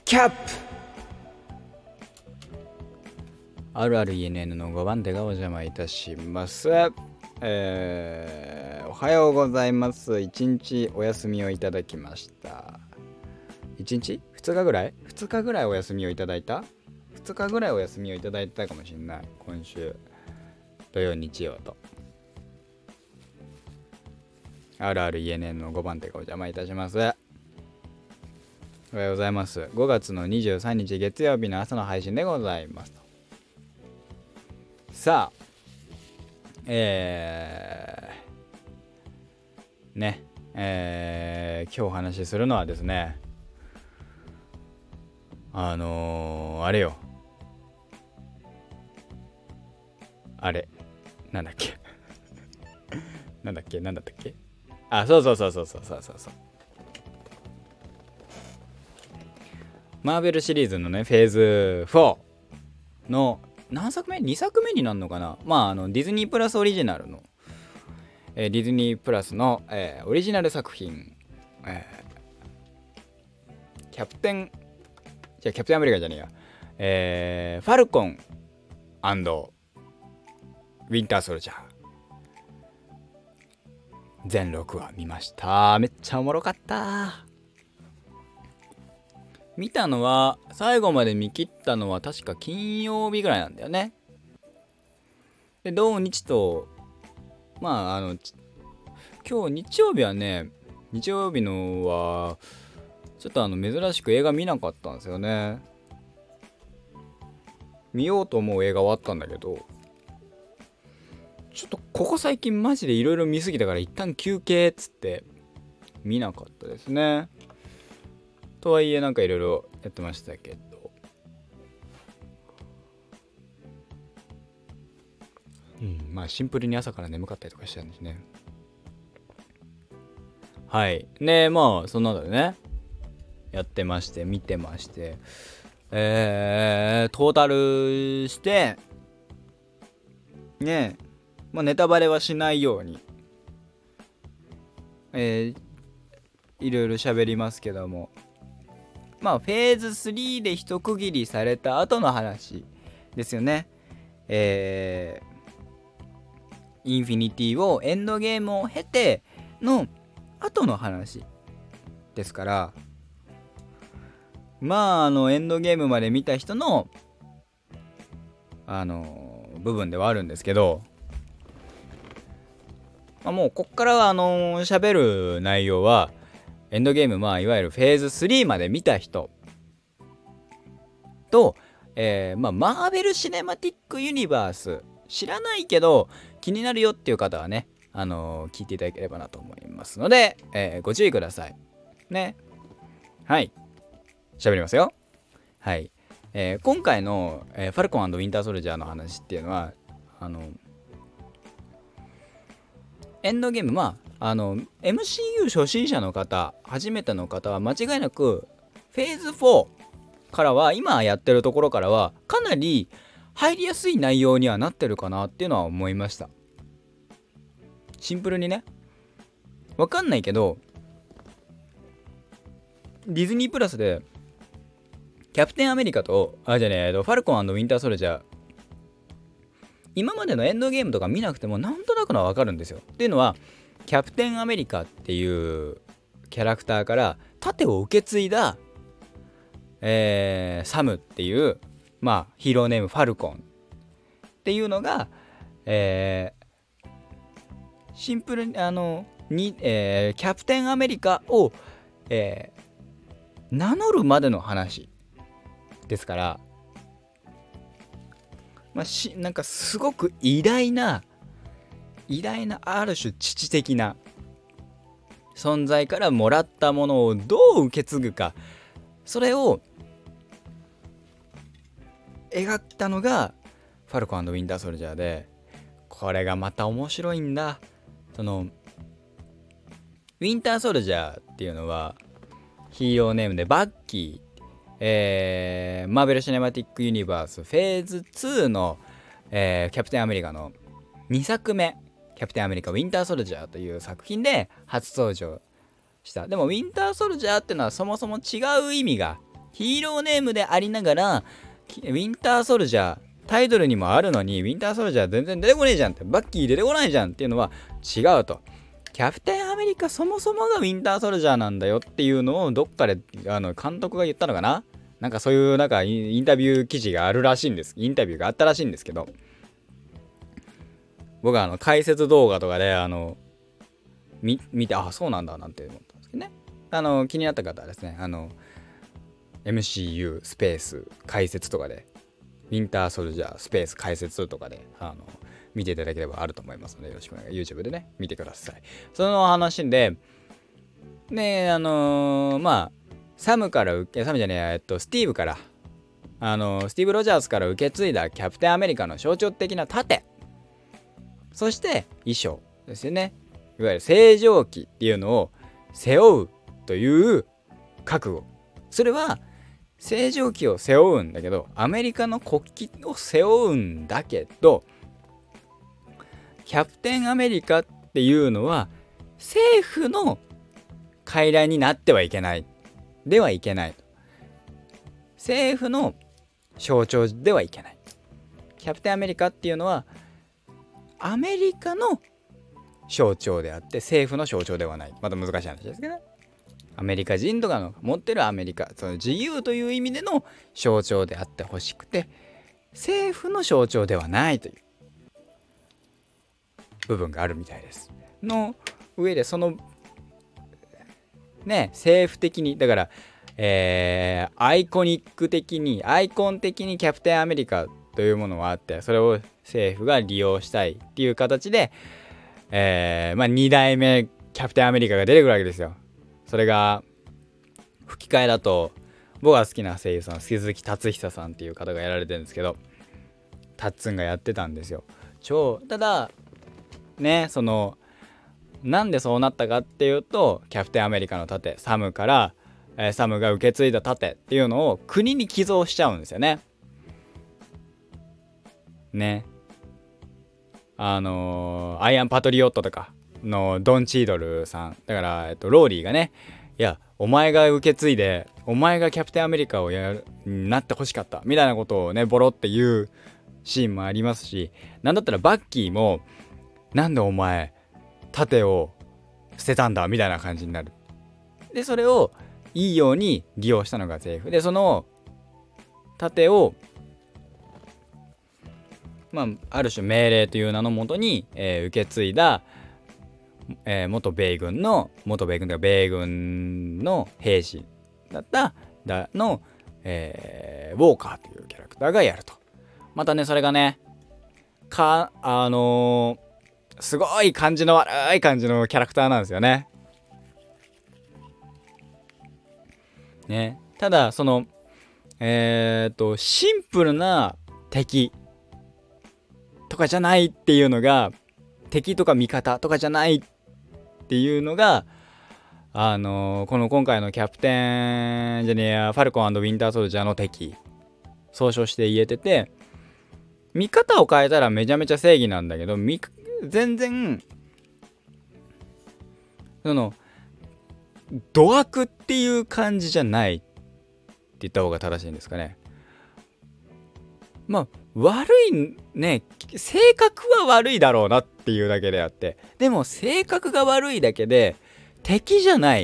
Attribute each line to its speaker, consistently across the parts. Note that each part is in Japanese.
Speaker 1: キャップあるある ENN の5番手がお邪魔いたします。おはようございます。一日お休みをいただきました。1日 ?2 日ぐらい ?2 日ぐらいお休みをいただいた ?2 日ぐらいお休みをいただいたかもしれない。今週土曜日曜とあるある ENN の5番手がお邪魔いたします。おはようございます。5月の23日月曜日の朝の配信でございます。さあ今日お話しするのはですね、あれよ、あれなんだっけなんだったっけ、あ、そうマーベルシリーズのねフェーズ4の何作目 ?2 作目になるのかな。ディズニープラスオリジナルの、ディズニープラスの、オリジナル作品、キャプテンアメリカじゃねえや、ファルコン&ウィンターソルジャー全6話見ました。めっちゃおもろかった。見たのは最後まで見切ったのは確か金曜日ぐらいなんだよね。で土日と今日日曜日はね、日曜日のはちょっと珍しく映画見なかったんですよね。見ようと思う映画はあったんだけど、ちょっとここ最近マジでいろいろ見すぎたから一旦休憩っつって見なかったですね。とはいえいろいろやってましたけど、シンプルに朝から眠かったりとかしたんですね。はいね、その中でねやってまして見てまして、トータルしてね、ネタバレはしないようにいろいろ喋りますけども、フェーズ3で一区切りされた後の話ですよね。インフィニティをエンドゲームを経ての後の話ですから、エンドゲームまで見た人の部分ではあるんですけど、もうこっからは喋る内容はエンドゲーム、いわゆるフェーズ3まで見た人と、マーベルシネマティックユニバース知らないけど気になるよっていう方はね、聞いていただければなと思いますので、ご注意くださいね。はい、喋りますよ。はい、今回の、ファルコン&ウィンターソルジャーの話っていうのはエンドゲーム、MCU 初心者の方、初めての方は間違いなくフェーズ4からは、今やってるところからはかなり入りやすい内容にはなってるかなっていうのは思いました。シンプルにね、わかんないけどディズニープラスでキャプテンアメリカとファルコン&ウィンターソルジャー、今までのエンドゲームとか見なくてもなんとなくのはわかるんですよ。っていうのはキャプテンアメリカっていうキャラクターから盾を受け継いだ、サムっていう、ヒーローネームファルコンっていうのが、シンプルにキャプテンアメリカを、名乗るまでの話ですから、なんかすごく偉大なある種父的な存在からもらったものをどう受け継ぐか、それを描いたのがファルコン&ウィンターソルジャーで、これがまた面白いんだ。ウィンターソルジャーっていうのはヒーローネームでバッキー、マーベルシネマティックユニバースフェーズ2の、キャプテンアメリカの2作目、キャプテンアメリカウィンターソルジャーという作品で初登場した。でもウィンターソルジャーっていうのはそもそも違う意味がヒーローネームでありながら、ウィンターソルジャータイトルにもあるのにウィンターソルジャー全然出てこねえじゃんって、バッキー出てこないじゃんっていうのは違うと。キャプテンアメリカそもそもがウィンターソルジャーなんだよっていうのをどっかで監督が言ったのかな。なんかそういうなんかインタビュー記事があるらしいんです。インタビューがあったらしいんですけど、僕は解説動画とかで見て、あ、そうなんだなんて思ったんですけどね。気になった方はですね、MCU スペース解説とかで、ウィンターソルジャースペース解説とかで見ていただければあると思いますので、よろしくお願い。YouTube でね見てください。その話でね、サムじゃねえ、スティーブからスティーブ・ロジャースから受け継いだキャプテンアメリカの象徴的な盾、そして衣装ですよね。いわゆる星条旗っていうのを背負うという覚悟。それは星条旗を背負うんだけど、アメリカの国旗を背負うんだけど、キャプテンアメリカっていうのは政府の傀儡になってはいけない。ではいけない。政府の象徴ではいけない。キャプテンアメリカっていうのはアメリカの象徴であって政府の象徴ではない。また難しい話ですけどね。アメリカ人とかの持ってるアメリカ、その自由という意味での象徴であってほしくて、政府の象徴ではないという部分があるみたいです。の上でそのね、政府的にだから、アイコニック的にアイコン的にキャプテンアメリカというものがあって、それを政府が利用したいっていう形で、2代目キャプテンアメリカが出てくるわけですよ。それが吹き替えだと僕が好きな声優さん、鈴木達久さんっていう方がやられてるんですけど、タッツンがやってたんですよ。ただね、なんでそうなったかっていうと、キャプテンアメリカの盾サムから、サムが受け継いだ盾っていうのを国に寄贈しちゃうんですよね。アイアンパトリオットとかのドン・チードルさんだから、ローリーがね、いやお前が受け継いでお前がキャプテンアメリカをなってほしかったみたいなことをねボロって言うシーンもありますし、なんだったらバッキーもなんでお前盾を捨てたんだみたいな感じになる。でそれをいいように利用したのが政府で、その盾をある種命令という名のもとに、受け継いだ、元米軍の兵士だったウォーカーというキャラクターがやると。またねそれがねすごい感じの悪い感じのキャラクターなんですよね。ただシンプルな敵とかじゃないっていうのが、敵とか味方とかじゃないっていうのが今回のキャプテンファルコン&ウィンターソルジャーの敵総称して言えてて、見方を変えたらめちゃめちゃ正義なんだけど、全然ド悪っていう感じじゃないって言った方が正しいんですかね。悪いね、性格は悪いだろうなっていうだけであって、でも性格が悪いだけで敵じゃない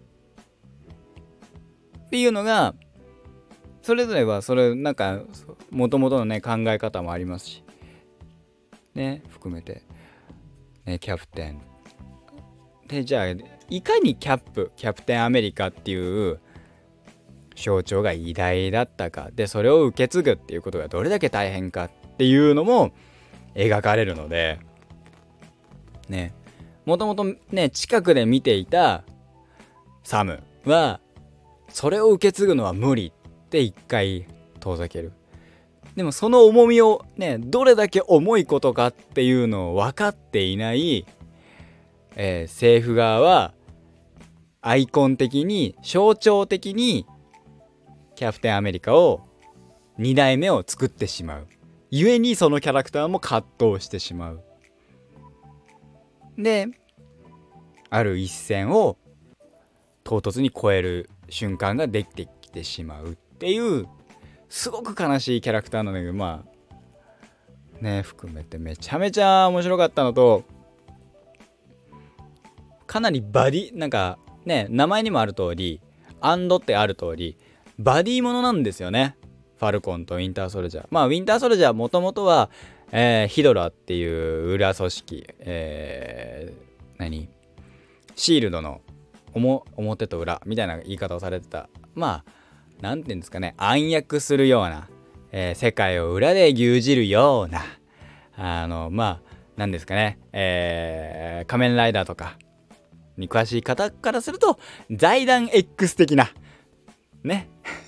Speaker 1: っていうのが、それぞれはなんか元々のね考え方もありますしね、含めてね、キャプテンで、じゃあいかにキャプテンアメリカっていう象徴が偉大だったかで、それを受け継ぐっていうことがどれだけ大変かっていうのも描かれるのでね、もともとね近くで見ていたサムはそれを受け継ぐのは無理って一回遠ざける。でもその重みをね、どれだけ重いことかっていうのを分かっていない、政府側はアイコン的に象徴的にキャプテンアメリカを2代目を作ってしまう。故にそのキャラクターも葛藤してしまう。で、ある一線を唐突に越える瞬間ができてきてしまうっっていうすごく悲しいキャラクターなんだけど、まあね含めてめちゃめちゃ面白かったのと、かなりなんかね名前にもある通りアンドってある通りバディものなんですよね、ファルコンとウィンターソルジャー。まあウィンターソルジャーもともとは、ヒドラっていう裏組織、シールドの表と裏みたいな言い方をされてた、まあなんていうんですかね、暗躍するような、世界を裏で牛耳るようなまあなんですかね、仮面ライダーとかに詳しい方からすると財団 X 的なね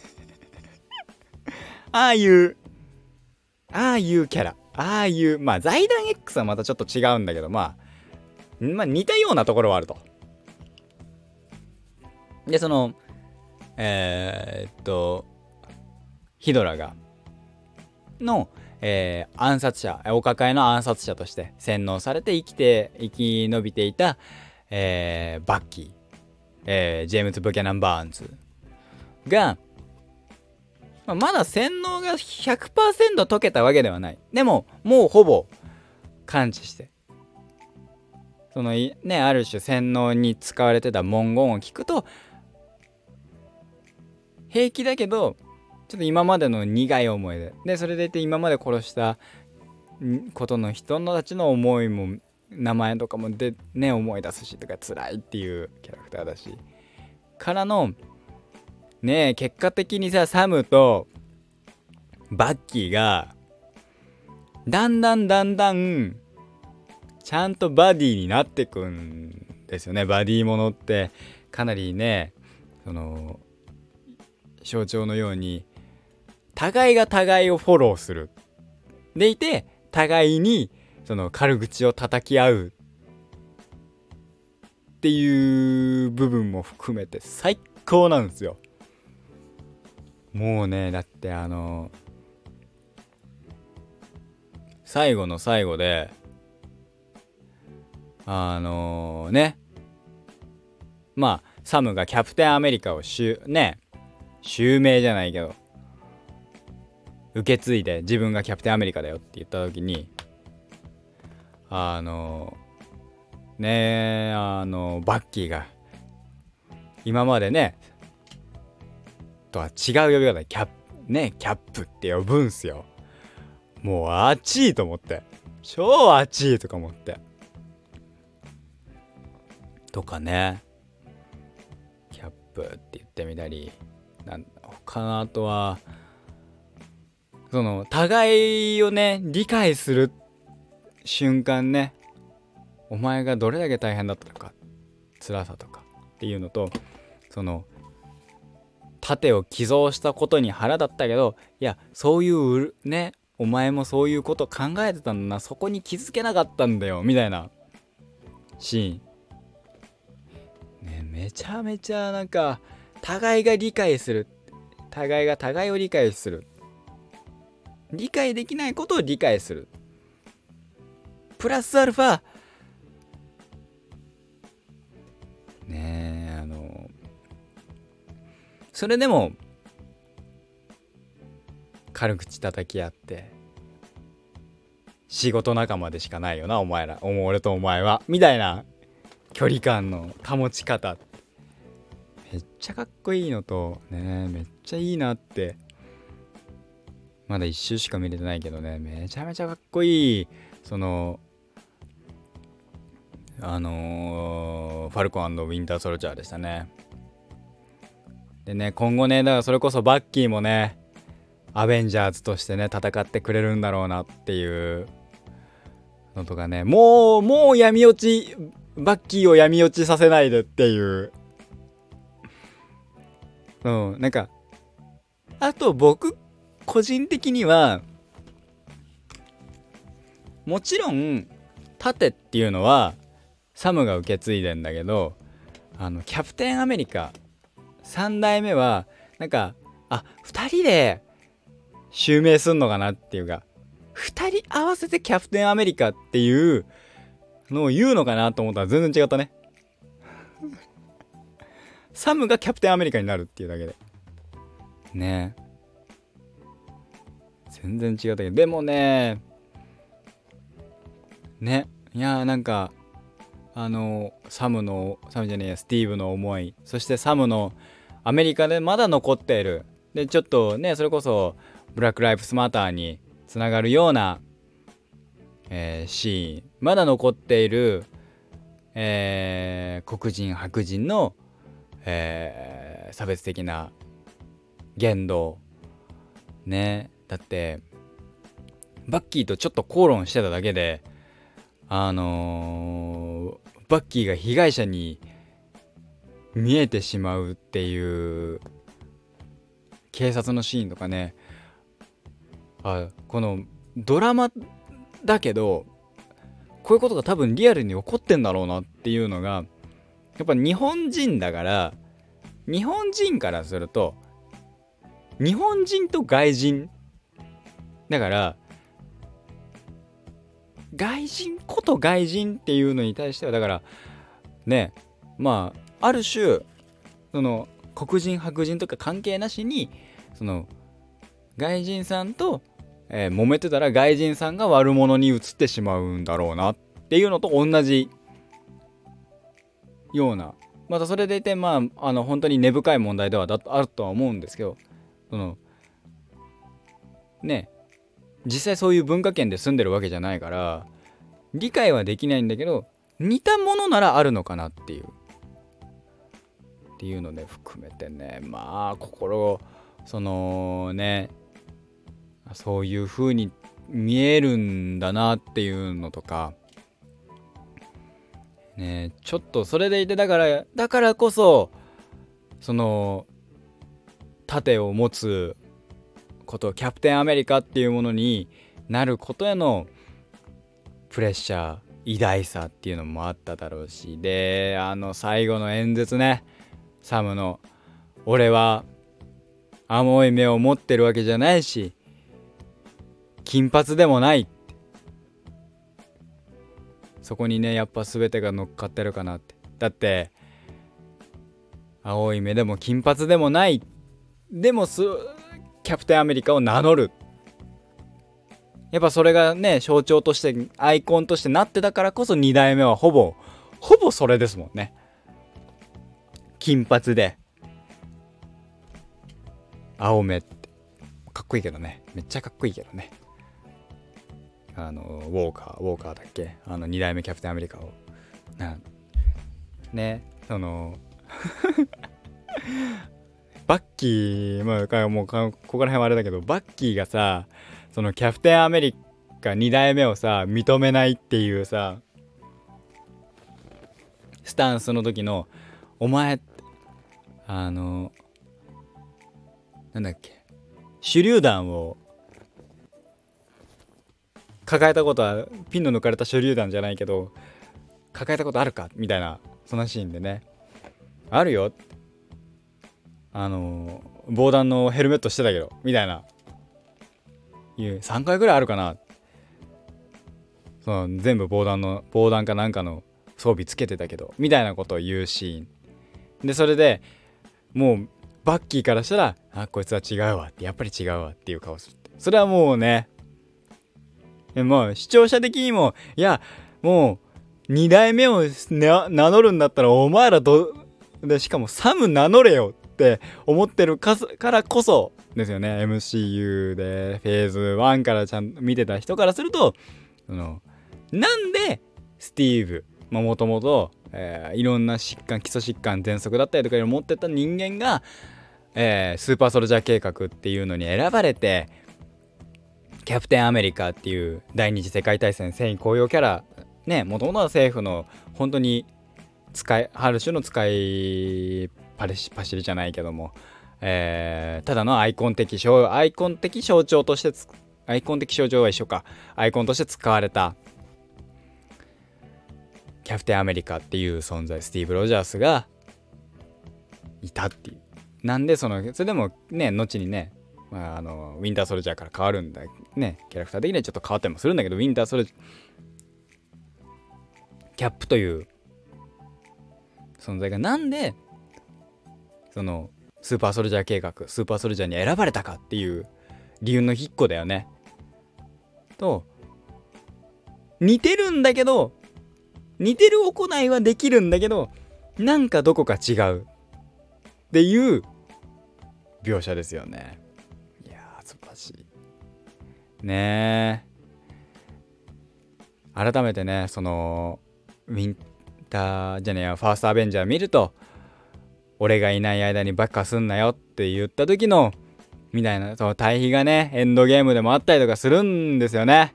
Speaker 1: ああいうキャラ、まあ財団 X はまたちょっと違うんだけど、まあ似たようなところはあると。でそのヒドラの、暗殺者、お抱えの暗殺者として洗脳されて生き延びていた、バッキー、ジェームズ・ブキャナン・バーンズが、まだ洗脳が 100% 解けたわけではない。でももうほぼ完治して、そのねある種洗脳に使われてた文言を聞くと平気だけどちょっと今までの苦い思いでそれでいて今まで殺したことの人たちの思いも名前とかもでね思い出すしとか辛いっていうキャラクターだしからのね結果的にさサムとバッキーがだんだんちゃんとバディになってくんですよね。バディものってかなりねその象徴のように互いが互いをフォローするでいて互いにその軽口を叩き合うっていう部分も含めて最高なんですよ。もうねだって最後の最後でねまあサムがキャプテンアメリカを襲名じゃないけど受け継いで自分がキャプテンアメリカだよって言った時にバッキーが今までねとは違う呼び方でキャップって呼ぶんすよ。もうあちーと思って超あちーとか思ってとかねキャップって言ってみたり他のあとはその互いをね理解する瞬間ねお前がどれだけ大変だったのか辛さとかっていうのとその盾を寄贈したことに腹だったけどいやそういうねお前もそういうこと考えてたんだなそこに気づけなかったんだよみたいなシーンねめちゃめちゃなんか互いが理解する互いが互いを理解する理解できないことを理解するプラスアルファねそれでも軽口叩き合って仕事仲間でしかないよな俺とお前はみたいな距離感の保ち方めっちゃかっこいいのとねめっちゃいいなってまだ一周しか見れてないけどねめちゃめちゃかっこいいそのファルコン&ウィンターソルジャーでしたね。でね今後ねだからそれこそバッキーもねアベンジャーズとしてね戦ってくれるんだろうなっていうのとかねもう闇落ちバッキーを闇落ちさせないでっていうなんかあと僕個人的にはもちろん盾っていうのはサムが受け継いでんだけどキャプテンアメリカ3代目はなんか2人で襲名すんのかなっていうか2人合わせてキャプテンアメリカっていうのを言うのかなと思ったら全然違ったねサムがキャプテンアメリカになるっていうだけでね。全然違ったけど、でもね、いやなんかサムじゃねえや、スティーブの思い、そしてサムのアメリカでまだ残っている、でちょっとねそれこそブラックライフスマターにつながるような、シーン、まだ残っている、黒人白人の、差別的な言動ね。だってバッキーとちょっと口論してただけでバッキーが被害者に見えてしまうっていう警察のシーンとかね、このドラマだけどこういうことが多分リアルに起こってんだろうなっていうのが、やっぱ日本人だから、日本人からすると日本人と外人だから、外人こと外人っていうのに対してはだからね、まあある種その黒人白人とか関係なしにその外人さんと、揉めてたら外人さんが悪者に移ってしまうんだろうなっていうのと同じような、またそれでいて本当に根深い問題ではあるとは思うんですけど、そのね、実際そういう文化圏で住んでるわけじゃないから理解はできないんだけど、似たものならあるのかなっていうので含めてね、心そのね、そういう風に見えるんだなっていうのとかね、ちょっとそれでいてだからこそその盾を持つこと、キャプテンアメリカっていうものになることへのプレッシャー、偉大さっていうのもあっただろうし、で最後の演説ね、サムの俺は青い目を持ってるわけじゃないし金髪でもない、そこにねやっぱ全てが乗っかってるかなって。だって青い目でも金髪でもない、でもキャプテンアメリカを名乗る、やっぱそれがね象徴としてアイコンとしてなってたからこそ2代目はほぼそれですもんね。金髪で青目ってかっこいいけどね、めっちゃかっこいいけどね。ウォーカーだっけ、2代目キャプテンアメリカをね、バッキー、もうここら辺はあれだけど、バッキーがさそのキャプテンアメリカ2代目をさ認めないっていうさスタンスの時の、お前なんだっけ、手榴弾を抱えたことは、ピンの抜かれた手榴弾じゃないけど抱えたことあるかみたいな、そのシーンでね、あるよ、防弾のヘルメットしてたけどみたいな、3回ぐらいあるかな、その全部防弾かなんかの装備つけてたけどみたいなことを言うシーンで、それでもうバッキーからしたら、こいつは違うわって、やっぱり違うわっていう顔するって、それはもうね、視聴者的にも、いやもう2代目を、名乗るんだったらお前らで、しかもサム名乗れよって思ってるからこそですよね。 MCU でフェーズ1からちゃんと見てた人からすると、なんでスティーブもともといろんな基礎疾患喘息だったりとか持ってた人間が、スーパーソルジャー計画っていうのに選ばれて、キャプテンアメリカっていう第二次世界大戦戦意高揚キャラね、もともとは政府の本当にある種の使いパシリじゃないけども、ただのアイコン的象徴としてアイコン的象徴は一緒か、アイコンとして使われたキャプテンアメリカっていう存在、スティーブ・ロジャースがいたっていう。なんでそれでもね後にね、ウィンターソルジャーから変わるんだね、キャラクター的にはちょっと変わったりもするんだけど、ウィンターソルジャーキャップという存在がなんでそのスーパーソルジャー計画、スーパーソルジャーに選ばれたかっていう理由の一個だよね。と似てるんだけど、似てる行いはできるんだけど、なんかどこか違うっていう描写ですよね。いやー素晴らしいね。改めてね、そのウィンターじゃねえや、ファーストアベンジャー見ると、俺がいない間にバカすんなよって言った時のみたいな、その対比がね、エンドゲームでもあったりとかするんですよね。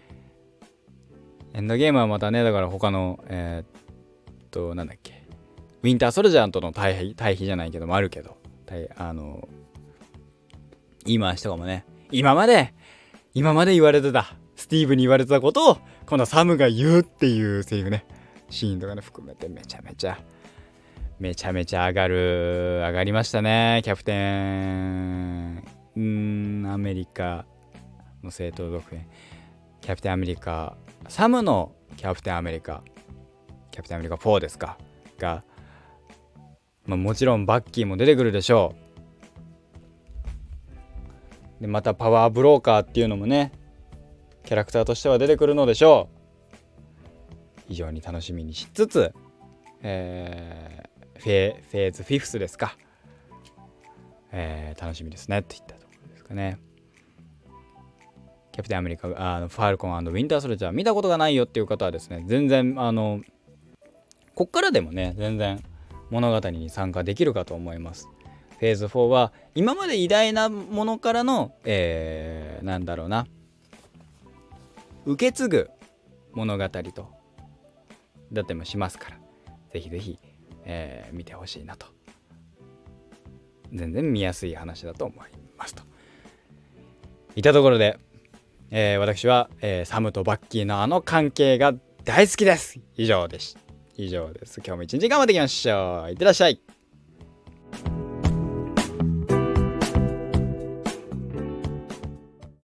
Speaker 1: エンドゲームはまたね、だから他のなんだっけ、ウィンターソルジャーとの対比じゃないけどもあるけど、言い回しとかもね、今まで言われてた、スティーブに言われてたことを今度はサムが言うっていうセリフね、シーンとかね含めてめちゃめちゃ上がりましたね。キャプテンアメリカの正統続編、キャプテンアメリカ、サムのキャプテンアメリカ4ですかが、もちろんバッキーも出てくるでしょう。でまたパワーブローカーっていうのもね、キャラクターとしては出てくるのでしょう。非常に楽しみにしつつ、フェーズ5ですか、楽しみですねといったところですかね。キャプテンアメリカ、ファールコン&ウィンターソルジャー見たことがないよっていう方はですね、全然こっからでもね全然物語に参加できるかと思います。フェーズ4は今まで偉大なものからの、なんだろうな、受け継ぐ物語とだってもしますから、ぜひぜひ、見てほしいなと。全然見やすい話だと思いますといったところで、私は、サムとバッキーのあの関係が大好きです。以上です。今日も一日頑張っていきましょう。いってらっしゃい。